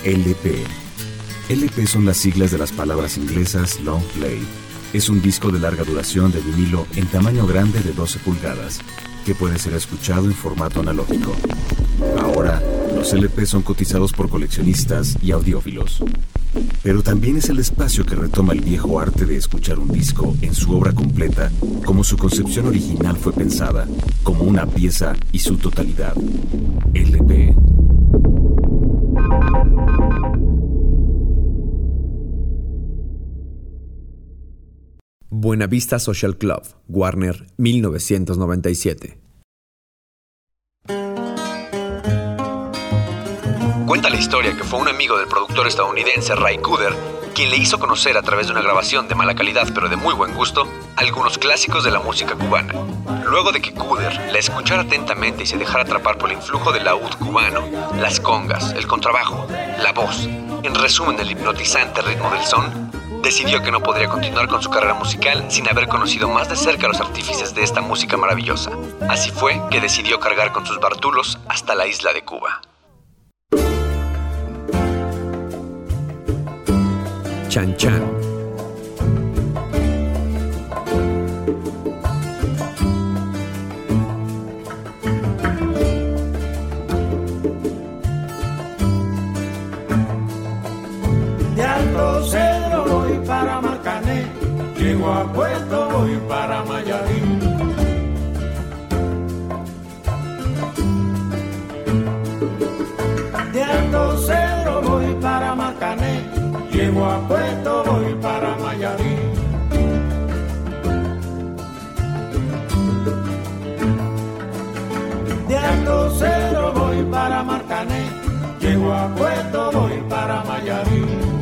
LP. LP son las siglas de las palabras inglesas Long Play. Es un disco de larga duración de vinilo en tamaño grande de 12 pulgadas, que puede ser escuchado en formato analógico. Ahora, los LP son cotizados por coleccionistas y audiófilos. Pero también es el espacio que retoma el viejo arte de escuchar un disco en su obra completa, como su concepción original fue pensada, como una pieza y su totalidad. LP. Buenavista Social Club, Warner, 1997. Cuenta la historia que fue un amigo del productor estadounidense Ray Cooder quien le hizo conocer a través de una grabación de mala calidad pero de muy buen gusto algunos clásicos de la música cubana. Luego de que Cooder la escuchara atentamente y se dejara atrapar por el influjo del laúd cubano, las congas, el contrabajo, la voz, en resumen el hipnotizante ritmo del son, decidió que no podría continuar con su carrera musical sin haber conocido más de cerca los artífices de esta música maravillosa. Así fue que decidió cargar con sus bártulos hasta la isla de Cuba. Chan Chan. De Alto Cedro voy para Marcané, llego a Puerto voy para Mayarí. De Alto Cedro voy para Marcané, llego a Puerto voy para Mayarí. De Alto Cedro voy para Marcané, llego a Puerto voy para Mayarí.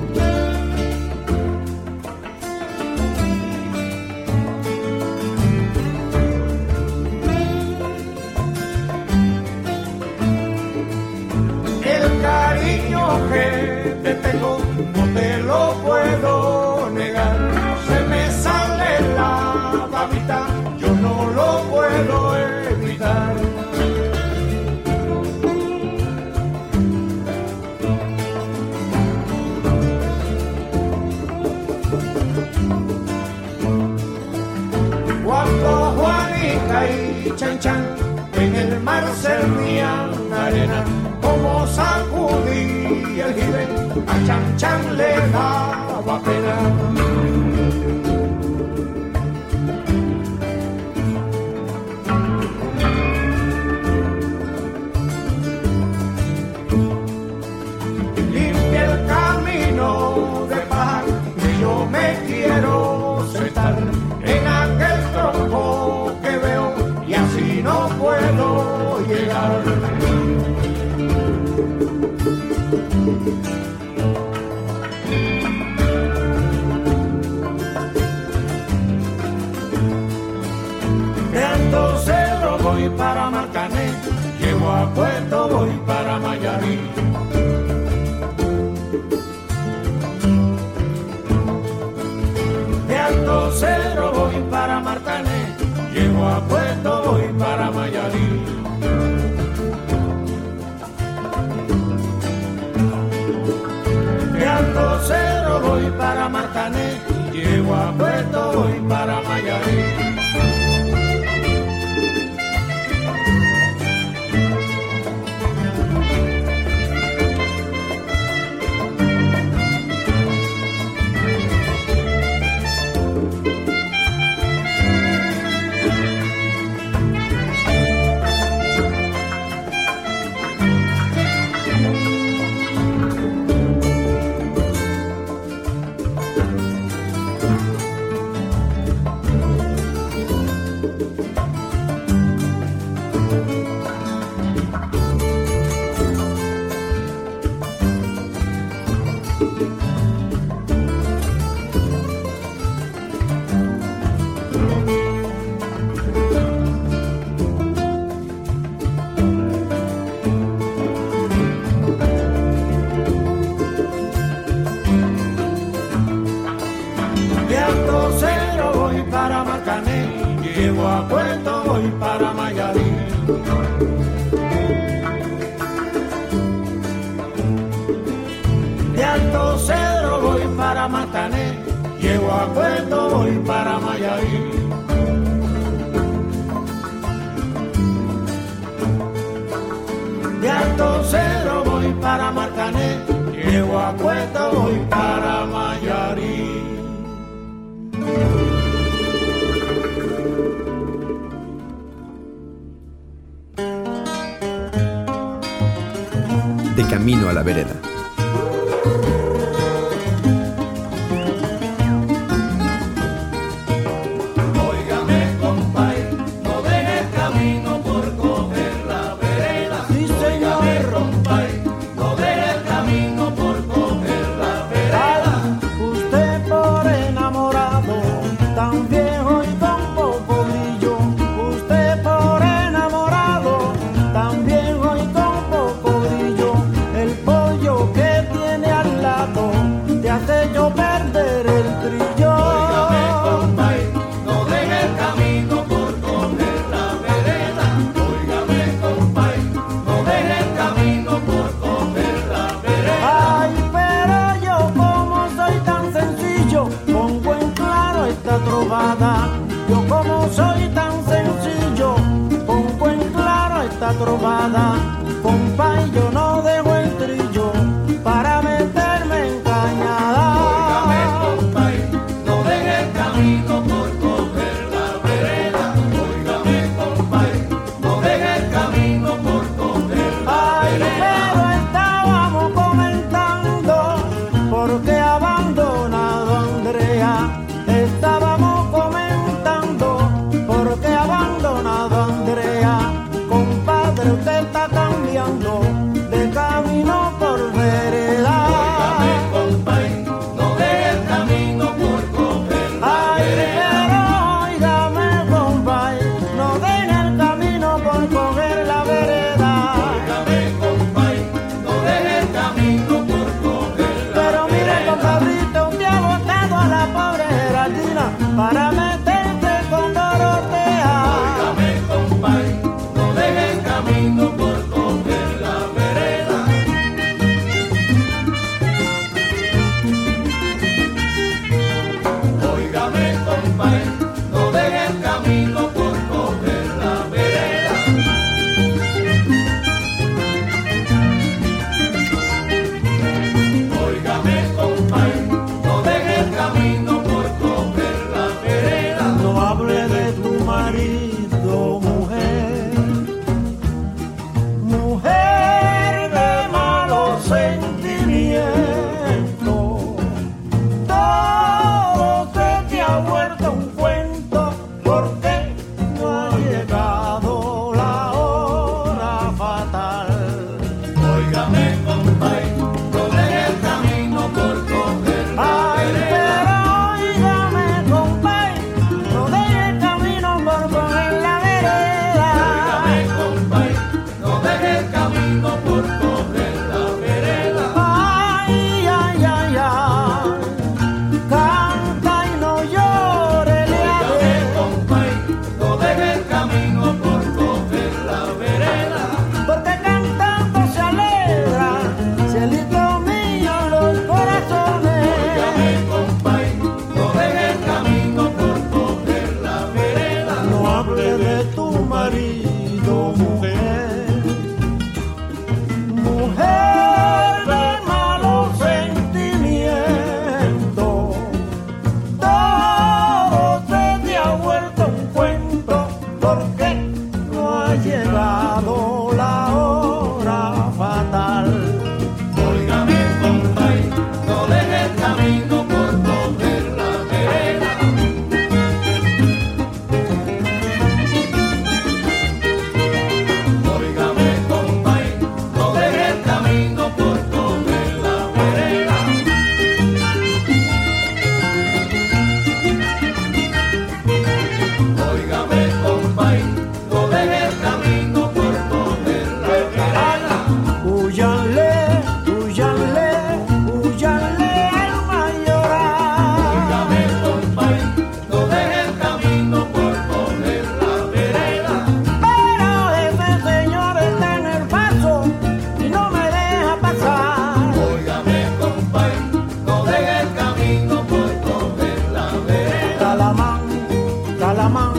El cariño que te tengo no te lo puedo negar, se me sale la babita, yo no lo puedo evitar. Cuando Juanita y Chan Chan en el mar servían arena, como sacudí el jibe, a Chan Chan le daba pena. Limpia el camino de paz, que yo me quiero sentar en aquel tronco que veo y así no puedo llegar. De Alto Cedro voy para Marcané, llego a Puerto voy para Mayarí. De Alto Cedro voy para Marcané, llego a Puerto voy para Mayarí. De Alto Cedro voy para Marcané, llego a Puerto voy para Mayarí. Llego a Puerto, voy para Mayarí. llego a Puerto, voy para Mayarí. De Alto Cedro voy para Marcané, llego a Puerto, voy para Mayarí. De camino a la vereda. Yo como soy tan sencillo, pongo en claro esta trovada, compay, yo no dejo el trillo para meterme en cañada. Óigame, compay, no deje el camino por coger la vereda. Óigame, compay, no deje el camino por coger la vereda. Pero estábamos comentando porque abandonado Andrea. Estábamos comentando porque abandonado Andrea. Compadre, usted está cambiando de camino por vereda. Óigame, compay, no deje el camino por coger la vereda. Pero óigame, compay, no deje el camino por coger la vereda. Óigame, compay, no deje el camino por coger la vereda. Pero mire, compadrito, usted ha botado a la pobre Geraldina para meterse con Dorotea. Óigame, compay, no deje el camino por coger la vereda. Óigame, compay, no deje el camino por coger la vereda. Óigame, compay, no deje el camino por coger la vereda. No hable de tu marido, mujer, mujer de malos sentimientos. Todo se te ha vuelto un cuento.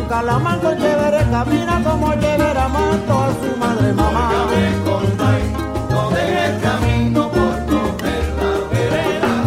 Calamanco chévere camina como chévere amando a su madre mamá. Óigame, compay, no deje el camino por coger la vereda.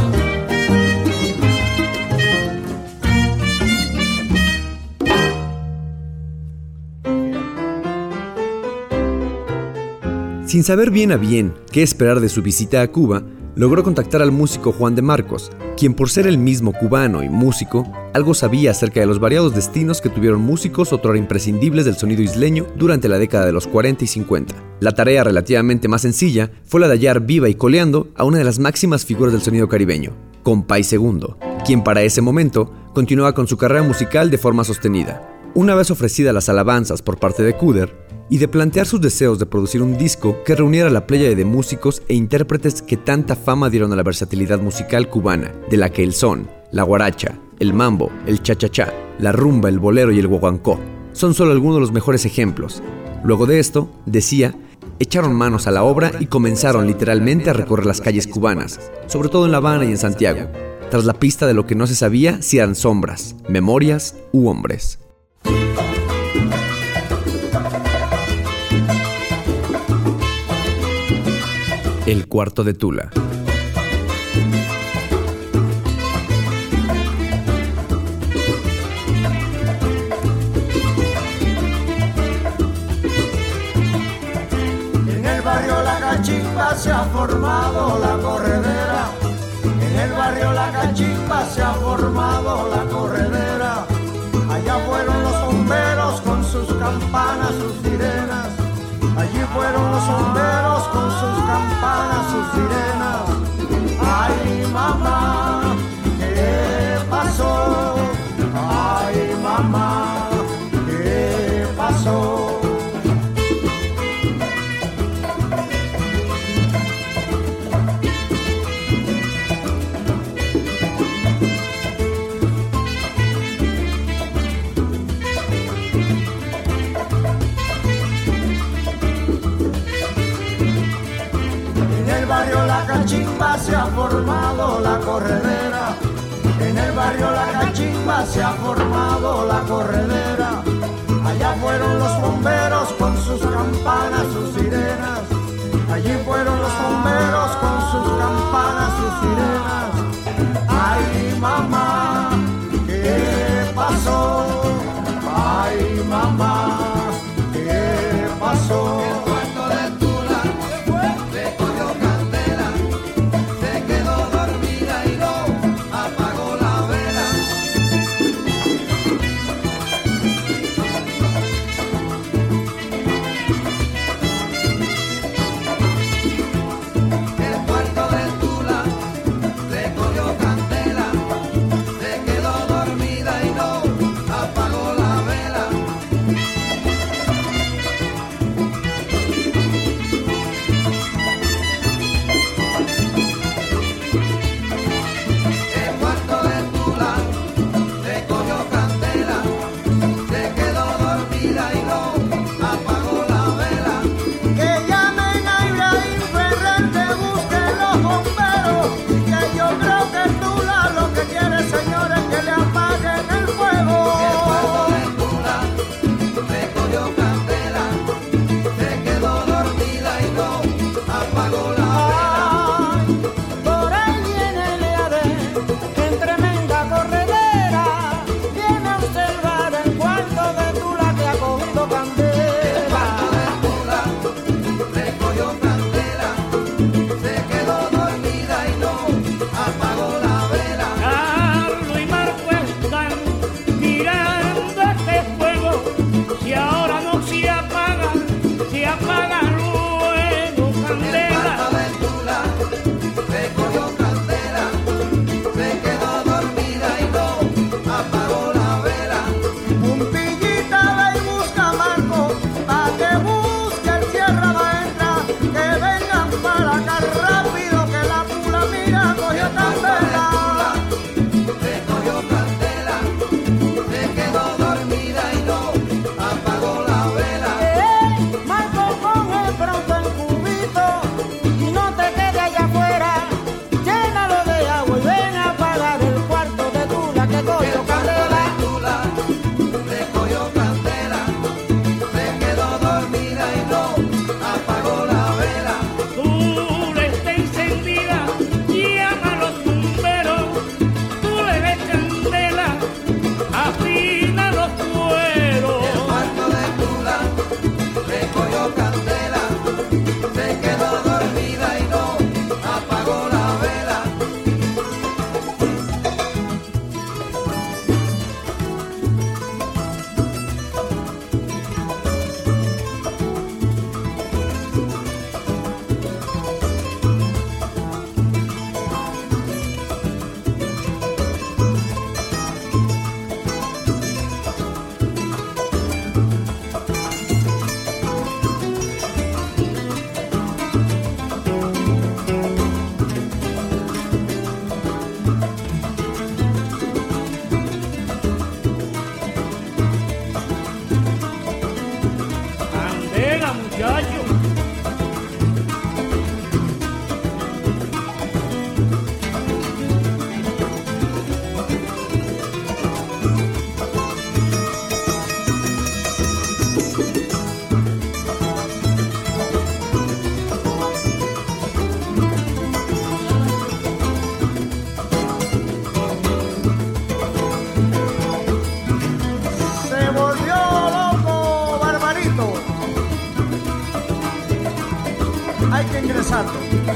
Sin saber bien a bien qué esperar de su visita a Cuba, logró contactar al músico Juan de Marcos, quien por ser el mismo cubano y músico, algo sabía acerca de los variados destinos que tuvieron músicos otrora imprescindibles del sonido isleño durante la década de los 40 y 50. La tarea relativamente más sencilla fue la de hallar viva y coleando a una de las máximas figuras del sonido caribeño, Compay Segundo, quien para ese momento continuaba con su carrera musical de forma sostenida. Una vez ofrecidas las alabanzas por parte de Cúder, y de plantear sus deseos de producir un disco que reuniera la pléyade de músicos e intérpretes que tanta fama dieron a la versatilidad musical cubana, de la que el son, la guaracha, el mambo, el cha-cha-cha, la rumba, el bolero y el guaguancó son solo algunos de los mejores ejemplos. Luego de esto, decía, echaron manos a la obra y comenzaron literalmente a recorrer las calles cubanas, sobre todo en La Habana y en Santiago, tras la pista de lo que no se sabía si eran sombras, memorias u hombres. El cuarto de Tula. En el barrio La Cachimba se ha formado la corredera. En el barrio La Cachimba se ha formado la corredera. Allá fueron los bomberos con sus campanas, sus sirenas. Allí fueron los bomberos con sus campanas, sus sirenas. Ay, mamá, ¿qué pasó? Ay, mamá, ¿qué pasó? La Cachimba se ha formado la corredera. En el barrio La Cachimba se ha formado la corredera. Allá fueron los bomberos con sus campanas, sus sirenas. Allí fueron los bomberos con sus campanas, sus sirenas. Ay, mamá, ¿qué pasó? Ay, mamá, ¿qué pasó? Santo.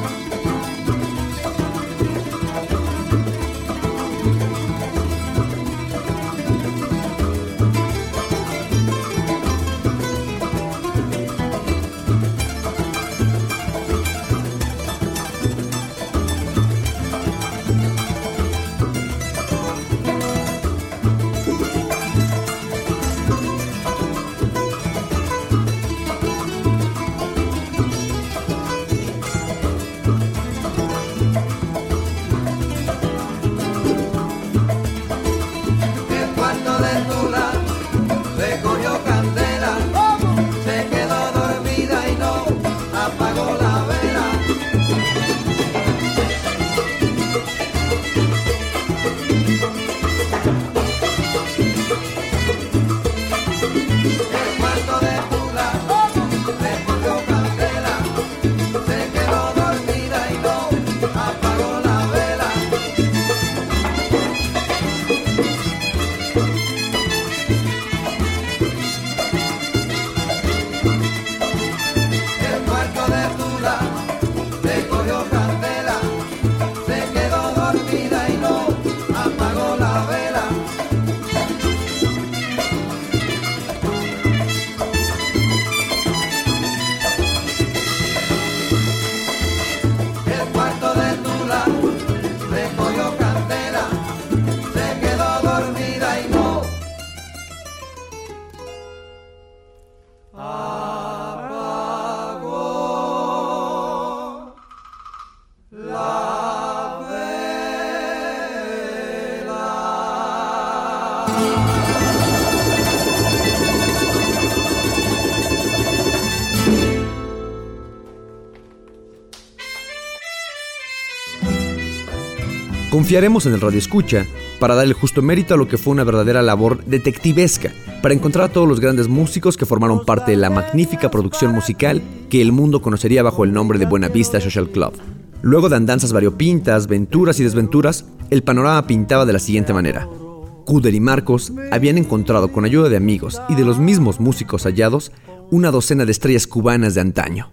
Confiaremos en el radioescucha para dar el justo mérito a lo que fue una verdadera labor detectivesca, para encontrar a todos los grandes músicos que formaron parte de la magnífica producción musical que el mundo conocería bajo el nombre de Buena Vista Social Club. Luego de andanzas variopintas, venturas y desventuras, el panorama pintaba de la siguiente manera. Cúder y Marcos habían encontrado, con ayuda de amigos y de los mismos músicos hallados, una docena de estrellas cubanas de antaño.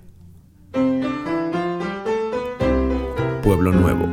Pueblo Nuevo.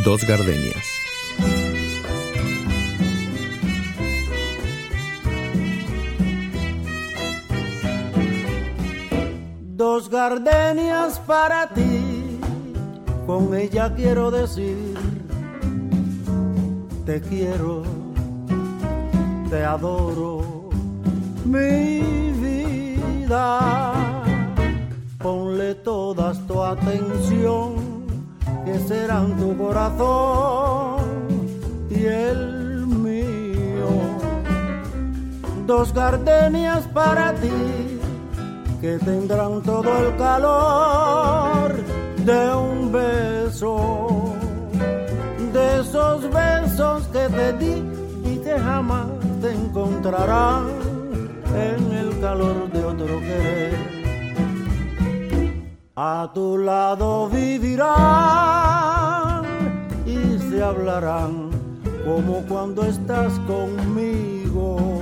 Dos Gardenias. Dos gardenias para ti, con ella quiero decir, te quiero, te adoro, mi vida. Ponle todas tu atención, que serán tu corazón y el mío. Dos gardenias para ti, que tendrán todo el calor de un beso, de esos besos que te di y que jamás te encontrarán en el calor de otro querer. A tu lado vivirán y se hablarán como cuando estás conmigo,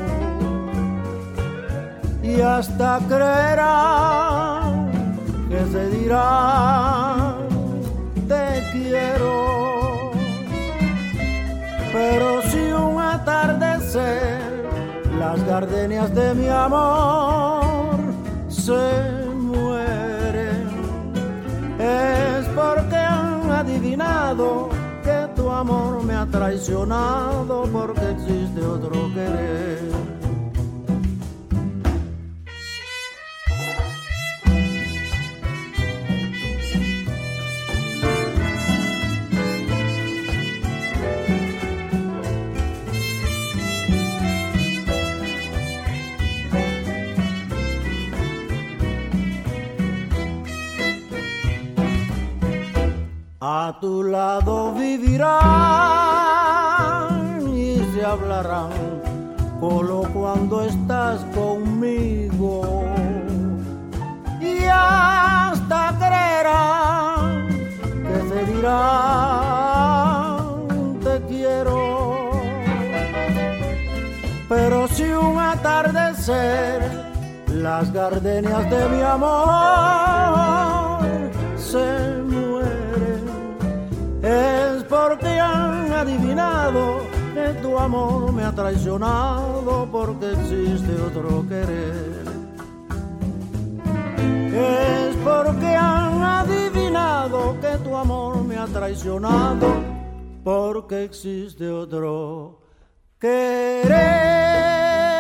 y hasta creerán que se dirán te quiero. Pero si un atardecer las gardenias de mi amor se mueren, es porque han adivinado que tu amor me ha traicionado, porque existe otro querer. A tu lado vivirán y se hablarán solo cuando estás conmigo, y hasta creerán que se dirán te quiero. Pero si un atardecer las gardenias de mi amor se mueren, es porque han adivinado que tu amor me ha traicionado, porque existe otro querer. Es porque han adivinado que tu amor me ha traicionado, porque existe otro querer.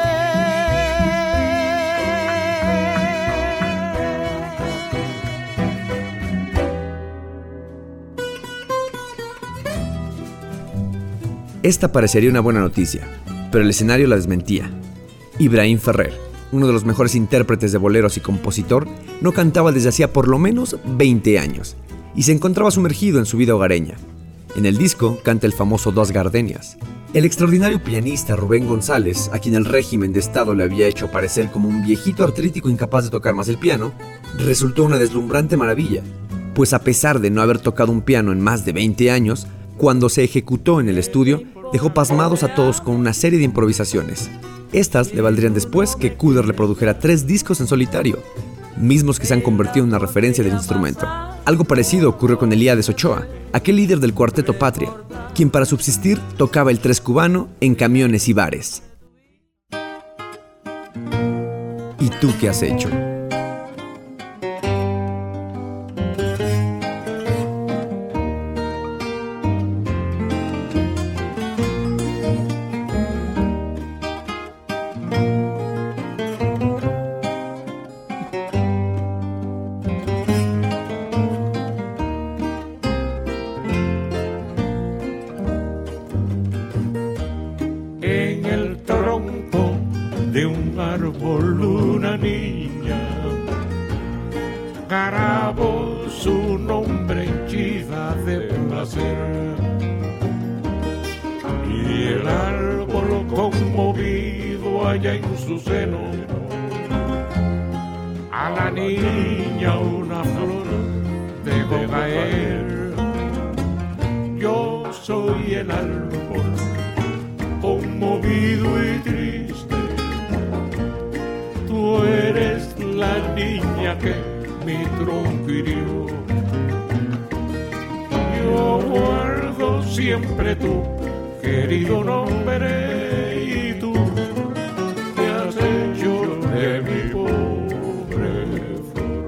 Esta parecería una buena noticia, pero el escenario la desmentía. Ibrahim Ferrer, uno de los mejores intérpretes de boleros y compositor, no cantaba desde hacía por lo menos 20 años y se encontraba sumergido en su vida hogareña. En el disco canta el famoso Dos Gardenias. El extraordinario pianista Rubén González, a quien el régimen de Estado le había hecho parecer como un viejito artrítico incapaz de tocar más el piano, resultó una deslumbrante maravilla, pues a pesar de no haber tocado un piano en más de 20 años, cuando se ejecutó en el estudio, dejó pasmados a todos con una serie de improvisaciones. Estas le valdrían después que Cooder le produjera 3 discos en solitario, mismos que se han convertido en una referencia del instrumento. Algo parecido ocurrió con Elías Ochoa, aquel líder del cuarteto Patria, quien para subsistir tocaba el tres cubano en camiones y bares. ¿Y tú qué has hecho? Yo guardo siempre tú, querido nombre, y tú te has hecho de mi pobre flor.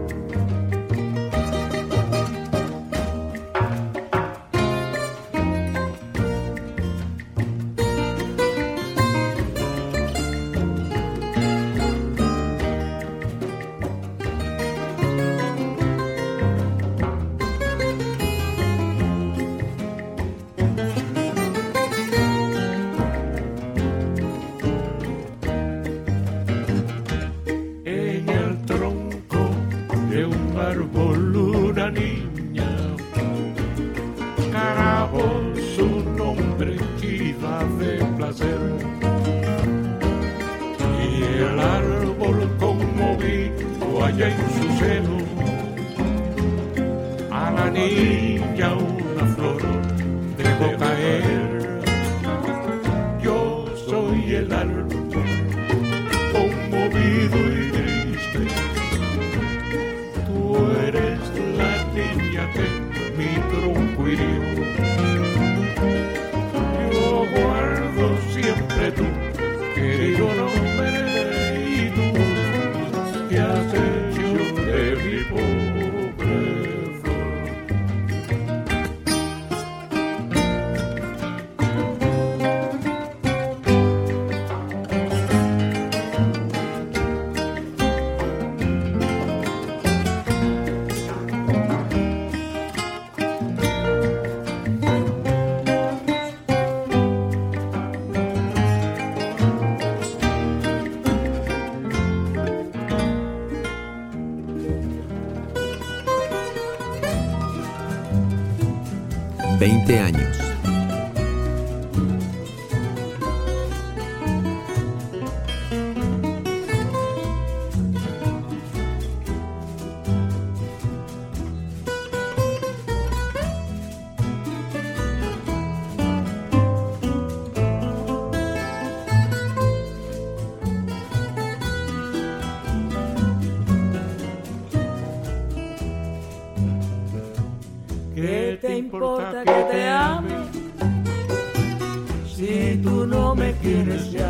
años. ¿Qué te importa que te ame si tú no me quieres ya?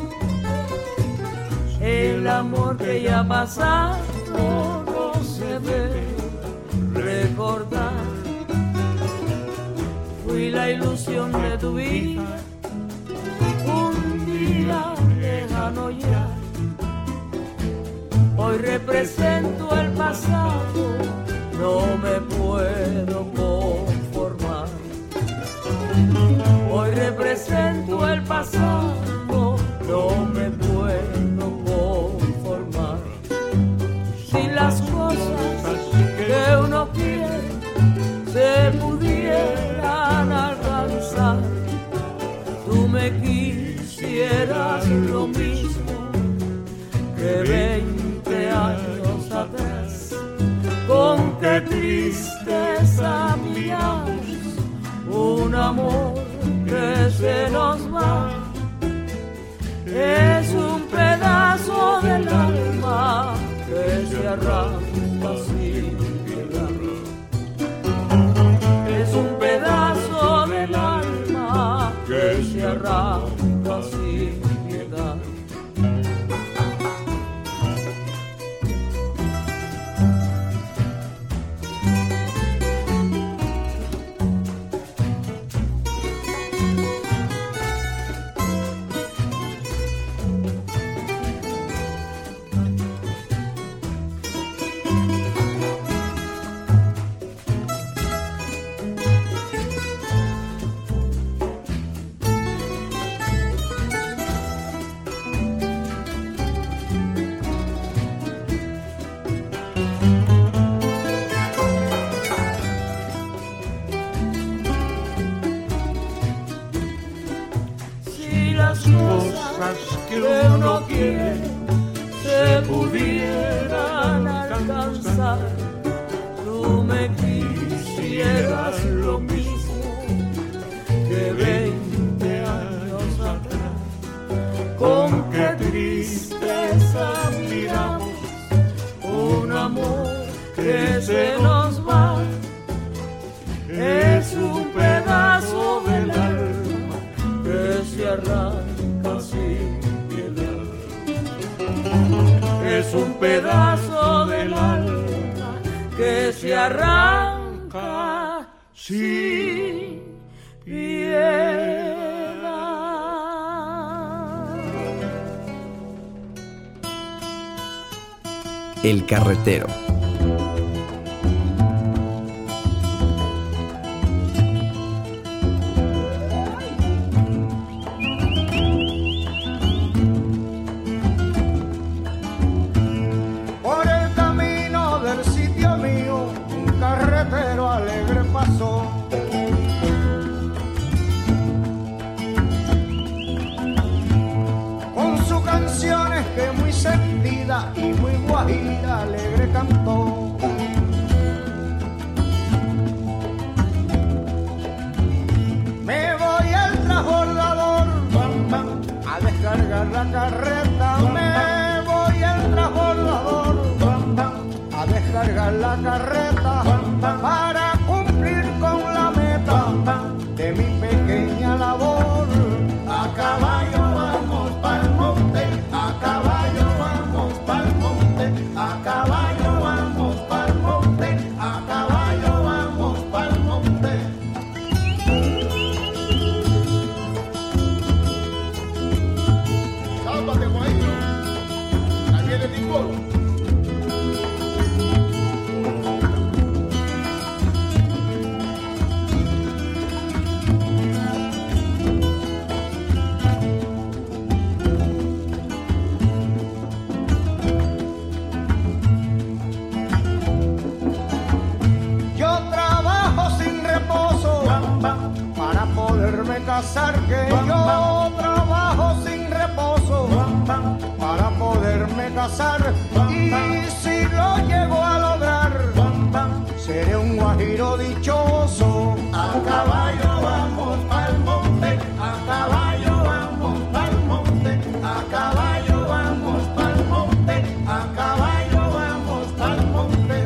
El amor que ya ha pasado no se debe recordar. Fui la ilusión de tu vida, un día lejano ya. Hoy represento el pasado, no me puedo conformar. Hoy represento el pasado, no me puedo conformar. Si las cosas que uno quiere se pudieran alcanzar, tú me quisieras lo mismo que 20 años atrás. Con qué tristeza miramos un amor que se nos va. Es un pedazo del alma que se arranca sin piedad. Es un pedazo del alma que se arranca sin piedad. Que uno quiere se pudieran alcanzar, tú me quisieras lo mismo que 20 años atrás. Con qué tristeza miramos un amor que se nos va. Es un pedazo de es un pedazo del alma que se arranca sin piedad. El carretero. Por el camino del sitio mío, un carretero alegre pasó. Con sus canciones que muy sentida y muy guajira alegre cantó. Me voy al transbordador a descargar la carreta. Me voy al transbordador a descargar la carreta para cumplir con la meta de mi pequeña labor. A caballo vamos pa'l monte, a caballo vamos pa'l monte, a caballo vamos pa'l monte, a caballo vamos pa'l monte. Sálvate, guayo, ahí viene Ticolo. Casar que yo trabajo sin reposo para poderme casar y si lo llego a lograr seré un guajiro dichoso. A caballo vamos pa'l monte, a caballo vamos pa'l monte, a caballo vamos pa'l monte, a caballo vamos pa'l monte.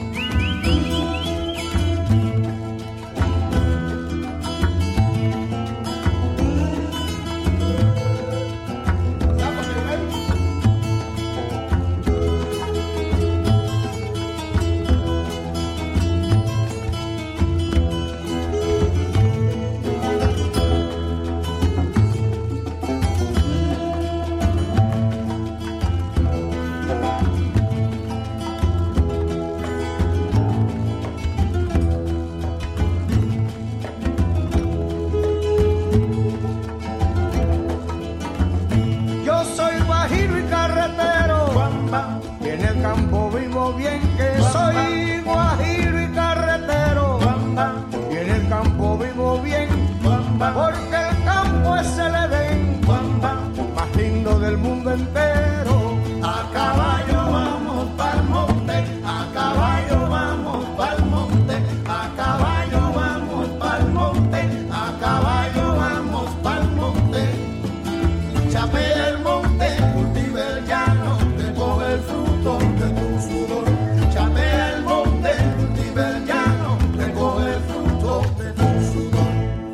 Bien que soy guajiro y carretero y en el campo vivo bien porque el campo es el Edén más lindo del mundo entero. A caballo vamos pa'l monte, a caballo vamos pa'l monte, a caballo vamos pa'l monte, a caballo vamos pa'l monte. Chapea el monte, cultiva el llano, te coge el fruto de tu sudor. Chapea el monte, cultiva el llano, te coge el fruto de tu sudor.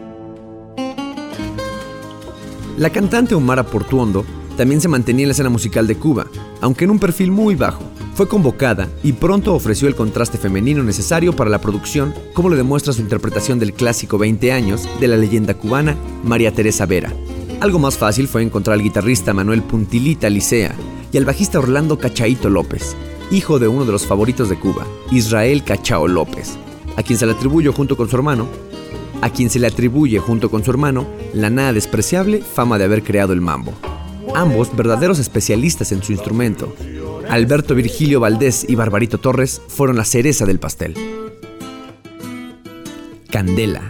La cantante Omara Portuondo también se mantenía en la escena musical de Cuba, aunque en un perfil muy bajo. Fue convocada y pronto ofreció el contraste femenino necesario para la producción, como lo demuestra su interpretación del clásico 20 años de la leyenda cubana María Teresa Vera. Algo más fácil fue encontrar al guitarrista Manuel Puntilita Licea y al bajista Orlando Cachaito López, hijo de uno de los favoritos de Cuba, Israel Cachao López, a quien se le atribuye junto con su hermano la nada despreciable fama de haber creado el mambo. Ambos verdaderos especialistas en su instrumento. Alberto Virgilio Valdés y Barbarito Torres fueron la cereza del pastel. Candela.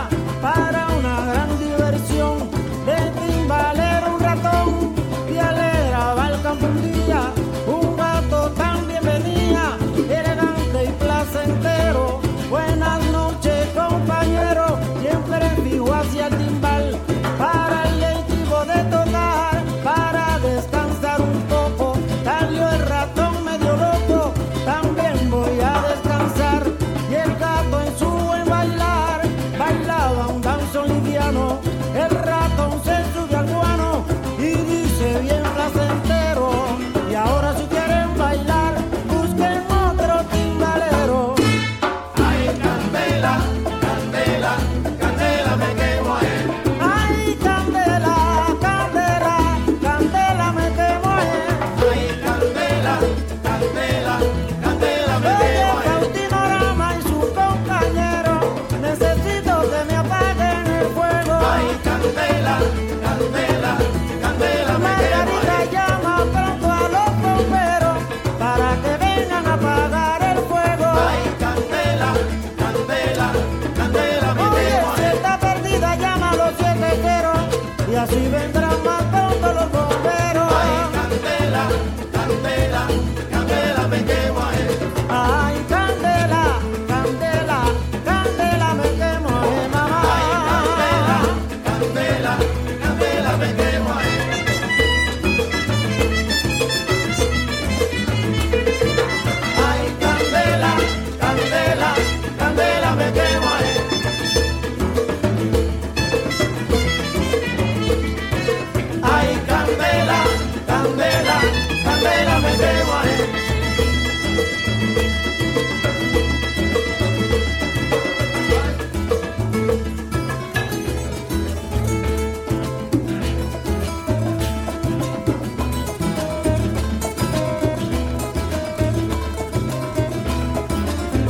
Para una gran diversión de timbalero un ratón y alegre.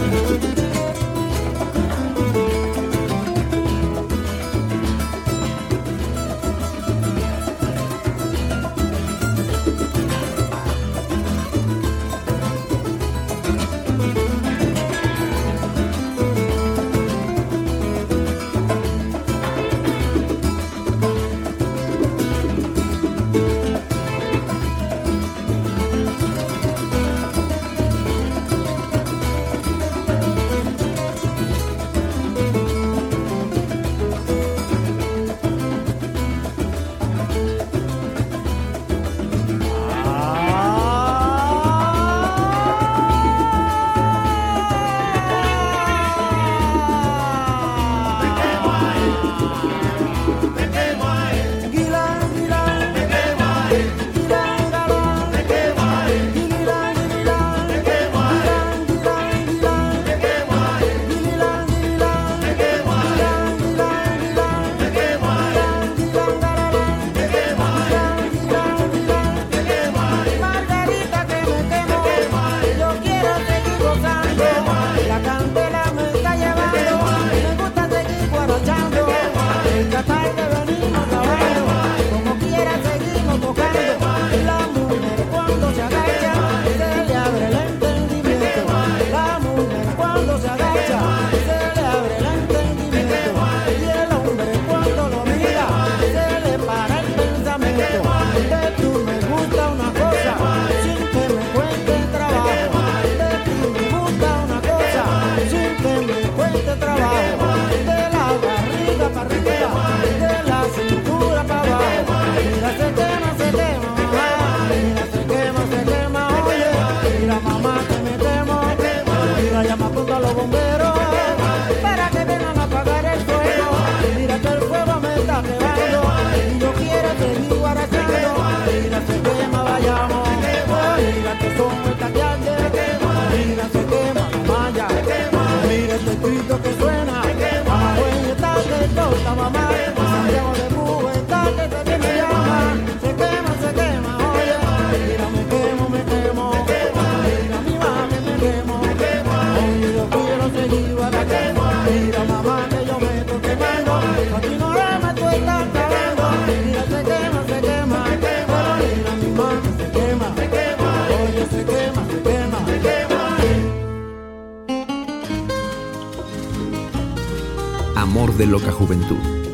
Amor de loca juventud.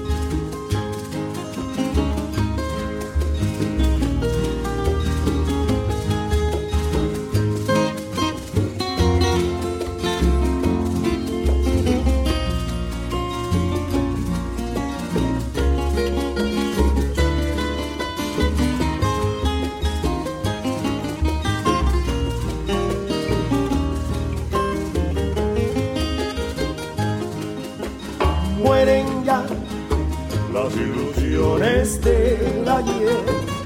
Mueren ya las ilusiones del ayer,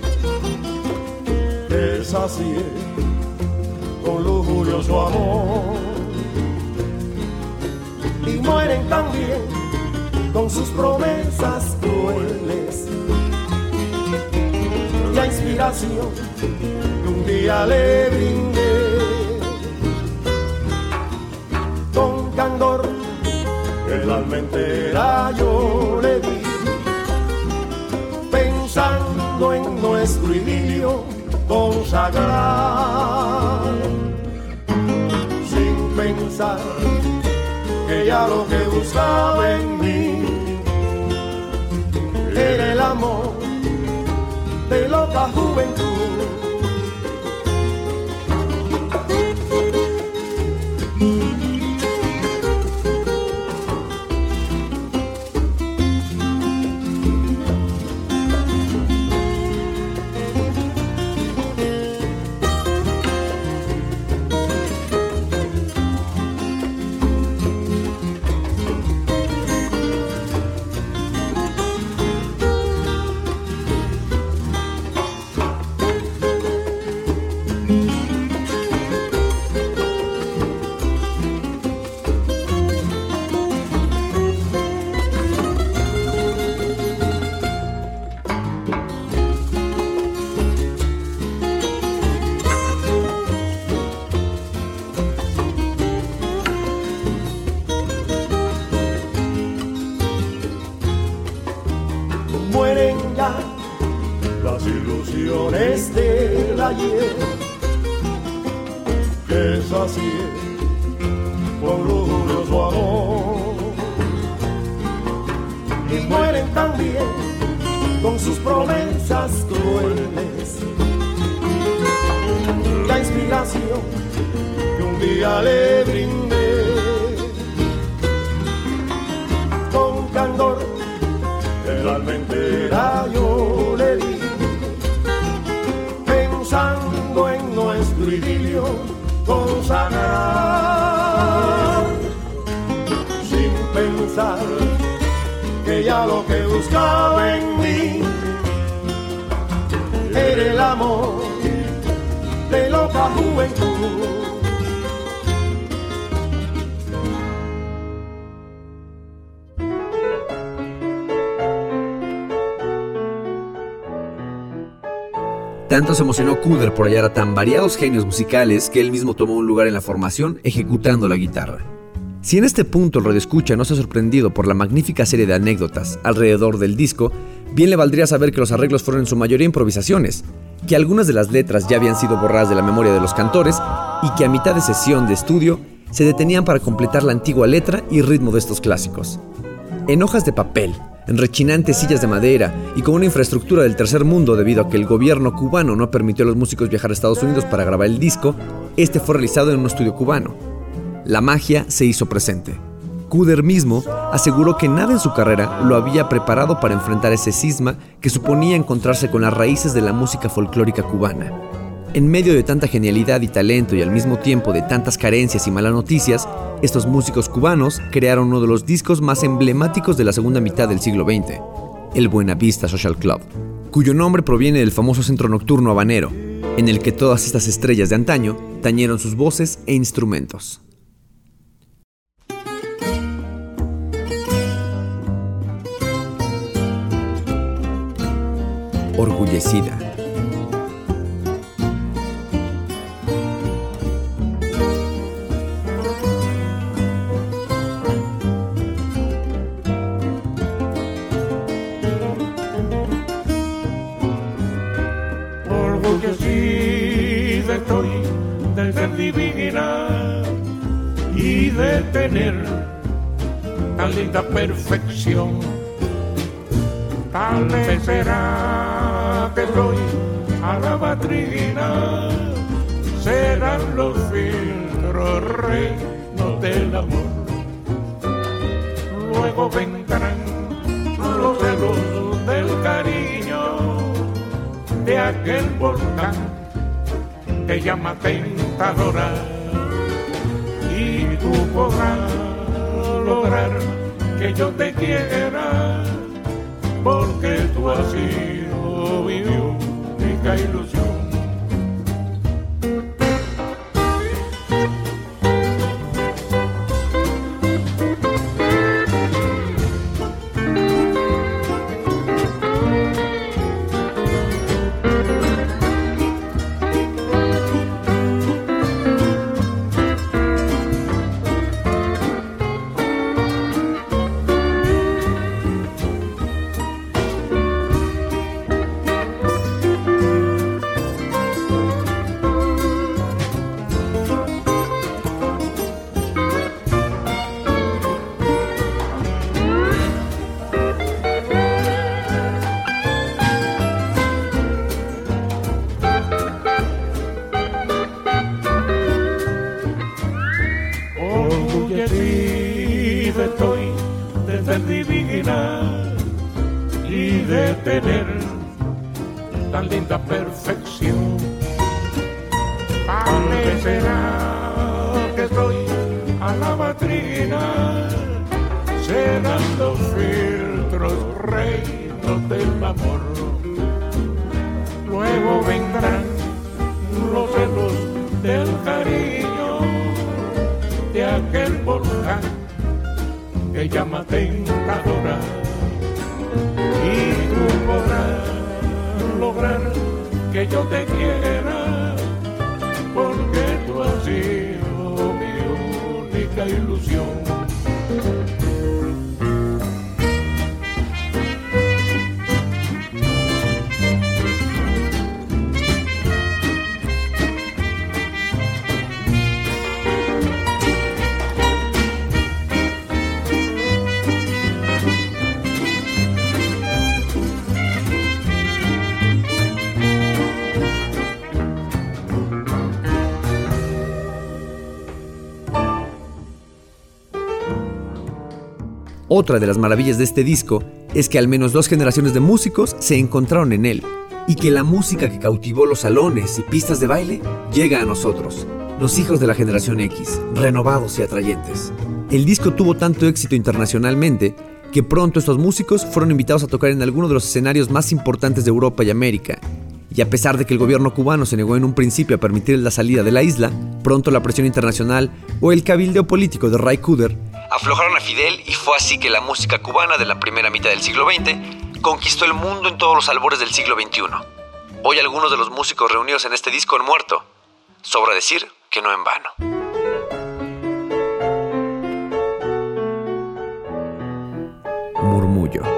que sacié con lujurioso amor, y mueren también con sus promesas crueles, la inspiración que un día le brindé, con candor el alma entera yo le di, pensando en nuestro idilio consagrar, sin pensar que ya lo que buscaba en mí era el amor de loca juventud. ayer, que es así con lujurioso amor, y mueren también con sus promesas crueles. La inspiración que un día le brindé con candor, el alma entera yo le di, pensando en nuestro idilio consagrar, sin pensar que ya lo que buscaba en mí era el amor de loca juventud. Tanto se emocionó Cooder por hallar a tan variados genios musicales que él mismo tomó un lugar en la formación ejecutando la guitarra. Si en este punto el radioescucha no se ha sorprendido por la magnífica serie de anécdotas alrededor del disco, bien le valdría saber que los arreglos fueron en su mayoría improvisaciones, que algunas de las letras ya habían sido borradas de la memoria de los cantores y que a mitad de sesión de estudio se detenían para completar la antigua letra y ritmo de estos clásicos. En hojas de papel, en rechinantes sillas de madera y con una infraestructura del tercer mundo debido a que el gobierno cubano no permitió a los músicos viajar a Estados Unidos para grabar el disco, este fue realizado en un estudio cubano. La magia se hizo presente. Cooder mismo aseguró que nada en su carrera lo había preparado para enfrentar ese cisma que suponía encontrarse con las raíces de la música folclórica cubana. En medio de tanta genialidad y talento y al mismo tiempo de tantas carencias y malas noticias, estos músicos cubanos crearon uno de los discos más emblemáticos de la segunda mitad del siglo XX, el Buena Vista Social Club, cuyo nombre proviene del famoso centro nocturno habanero, en el que todas estas estrellas de antaño tañeron sus voces e instrumentos. Orgullecida. Orgullecida estoy de ser divina y de tener tan linda perfección. Tal vez será que soy a la batrina, serán los filtros reinos del amor. Luego vendrán los celos del cariño de aquel volcán que llama tentadora, y tú podrás lograr que yo te quiera, porque tú has sido mi única ilusión. Estoy de ser divina y de tener tan linda perfección. Parecerá que soy a la batrina, serán los filtros reinos del amor. Luego vendrán los celos del cariño de aquel volcán que llama tentadora, y tú podrás lograr que yo te quiera, porque tú has sido mi única ilusión. Otra de las maravillas de este disco es que al menos 2 generaciones de músicos se encontraron en él y que la música que cautivó los salones y pistas de baile llega a nosotros, los hijos de la generación X, renovados y atrayentes. El disco tuvo tanto éxito internacionalmente que pronto estos músicos fueron invitados a tocar en algunos de los escenarios más importantes de Europa y América. Y a pesar de que el gobierno cubano se negó en un principio a permitir la salida de la isla, pronto la presión internacional o el cabildeo político de Ray Cooder aflojaron a Fidel y fue así que la música cubana de la primera mitad del siglo XX conquistó el mundo en todos los albores del siglo XXI. Hoy algunos de los músicos reunidos en este disco han muerto. Sobra decir que no en vano. Murmullo.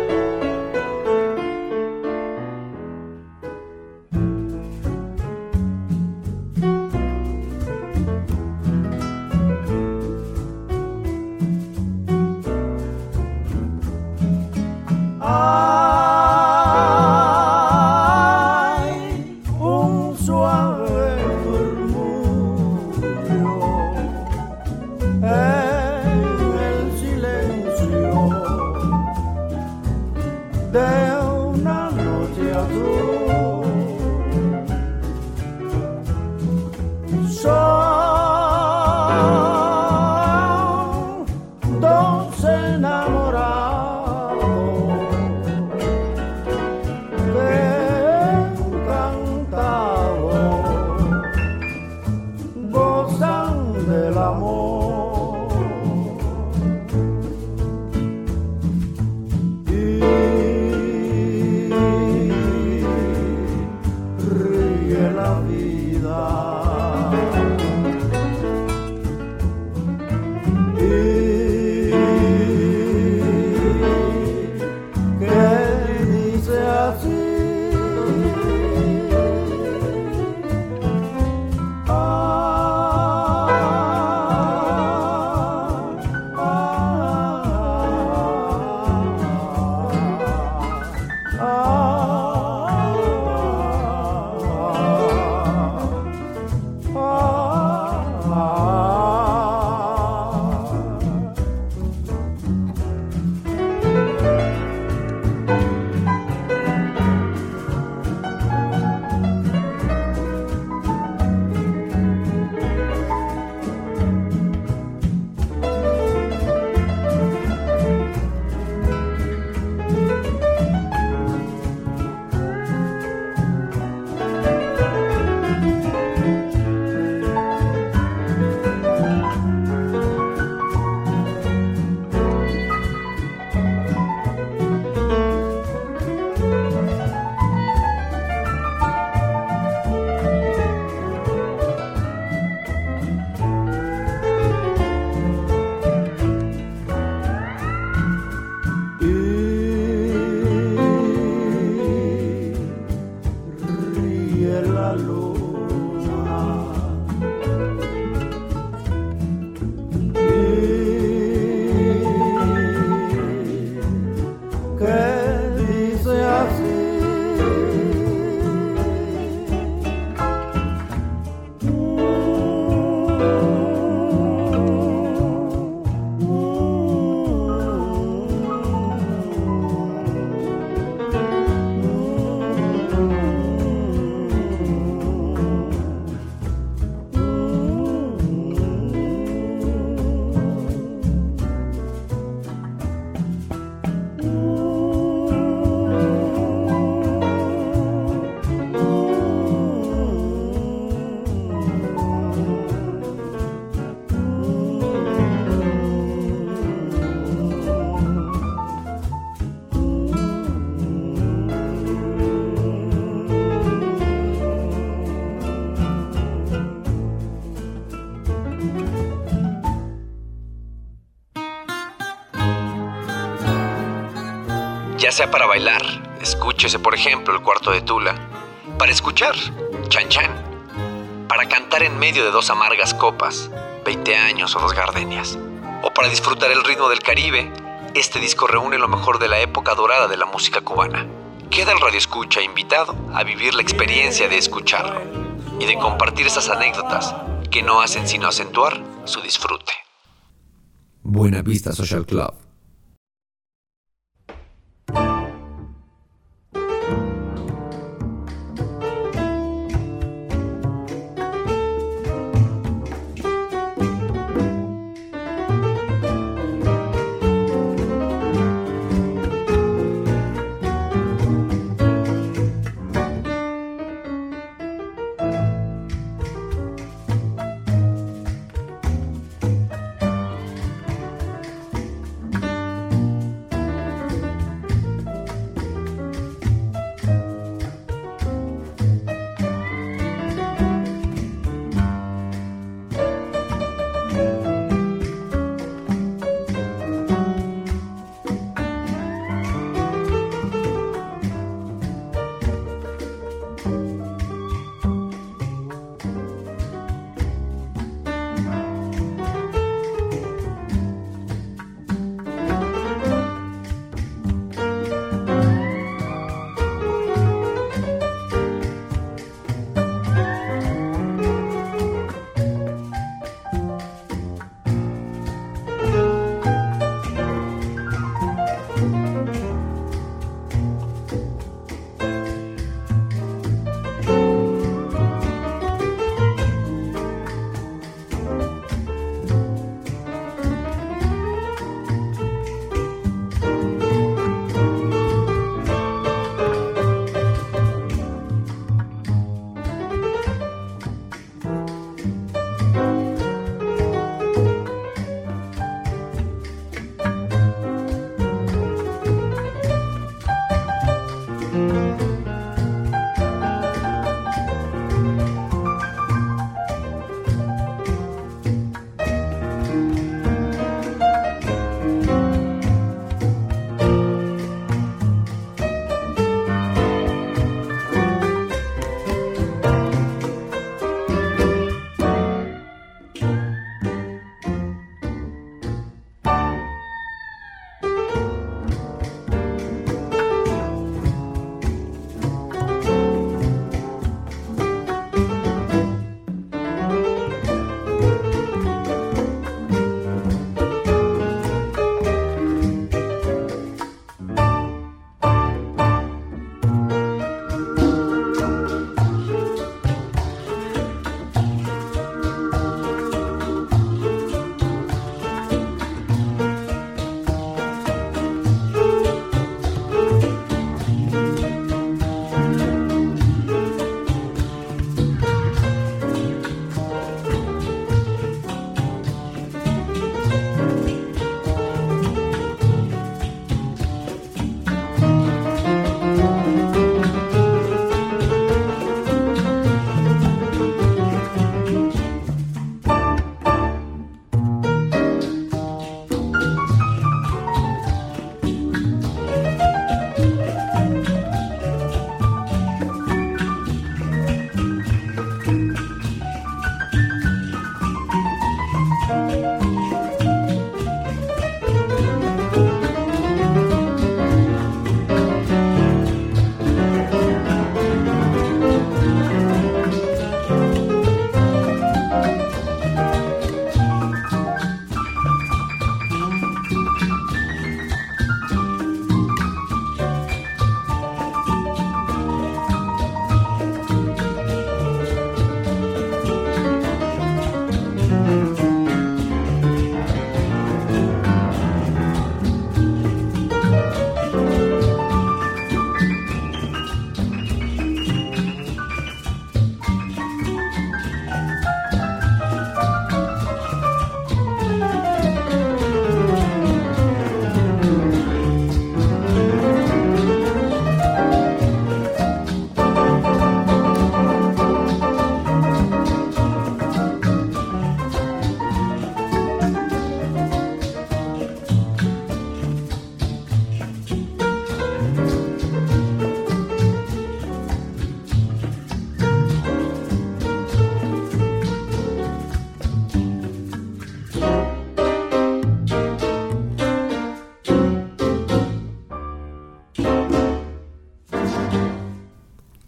Ya sea para bailar, escúchese por ejemplo el Cuarto de Tula. Para escuchar, Chan Chan. Para cantar en medio de 2 amargas copas, 20 años o 2 gardenias. O para disfrutar el ritmo del Caribe, este disco reúne lo mejor de la época dorada de la música cubana. Queda el radioescucha invitado a vivir la experiencia de escucharlo y de compartir esas anécdotas que no hacen sino acentuar su disfrute. Buena Vista Social Club.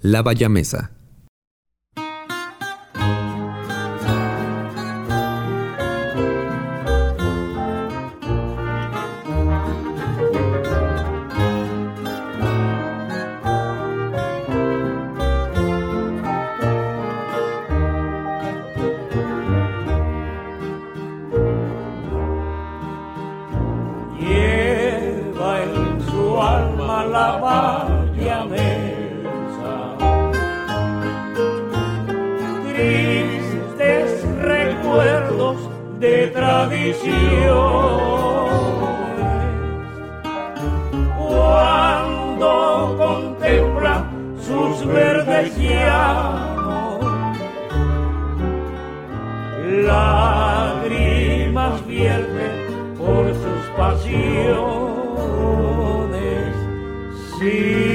La Bayamesa. Tristes recuerdos de tradiciones, cuando contempla sus verdes llanos, lágrimas vierte por sus pasiones, sí.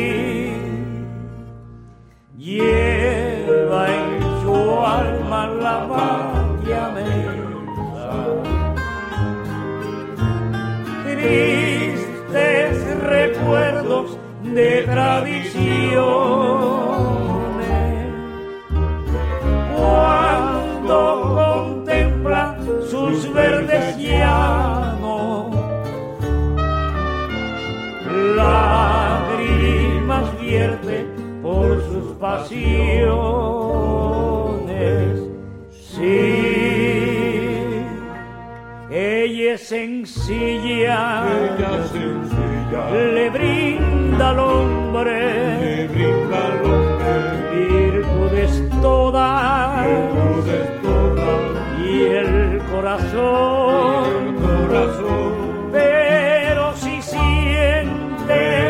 Lleva en su alma la bayamesa, tristes recuerdos de tradiciones, cuando contempla sus verdes llanos, lágrimas vierte por sus pasiones, sí. Ella es sencilla, le brinda al hombre, virtudes todas, y el corazón, pero si siente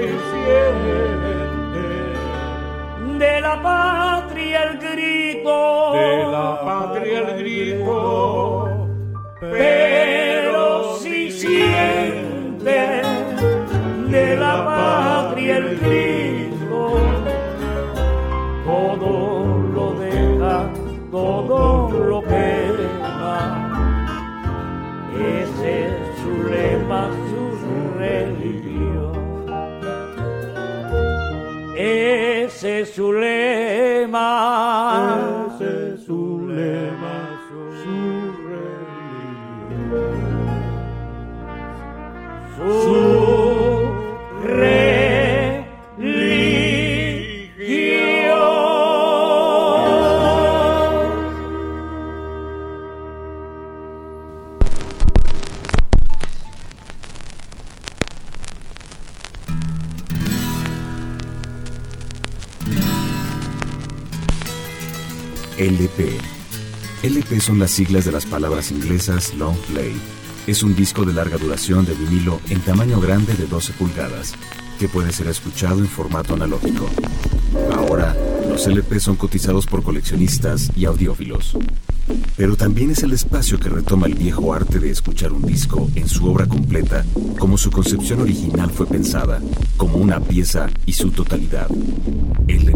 de la patria el grito, pero si siente de la patria el grito, todo lo deja, todo lo quema. Ese es su lema, su religión. Ese es su lema, ese es su lema, su religión, su religión. LP. LP son las siglas de las palabras inglesas Long Play. Es un disco de larga duración de vinilo en tamaño grande de 12 pulgadas, que puede ser escuchado en formato analógico. Ahora, los LP son cotizados por coleccionistas y audiófilos. Pero también es el espacio que retoma el viejo arte de escuchar un disco en su obra completa, como su concepción original fue pensada, como una pieza y su totalidad. LP.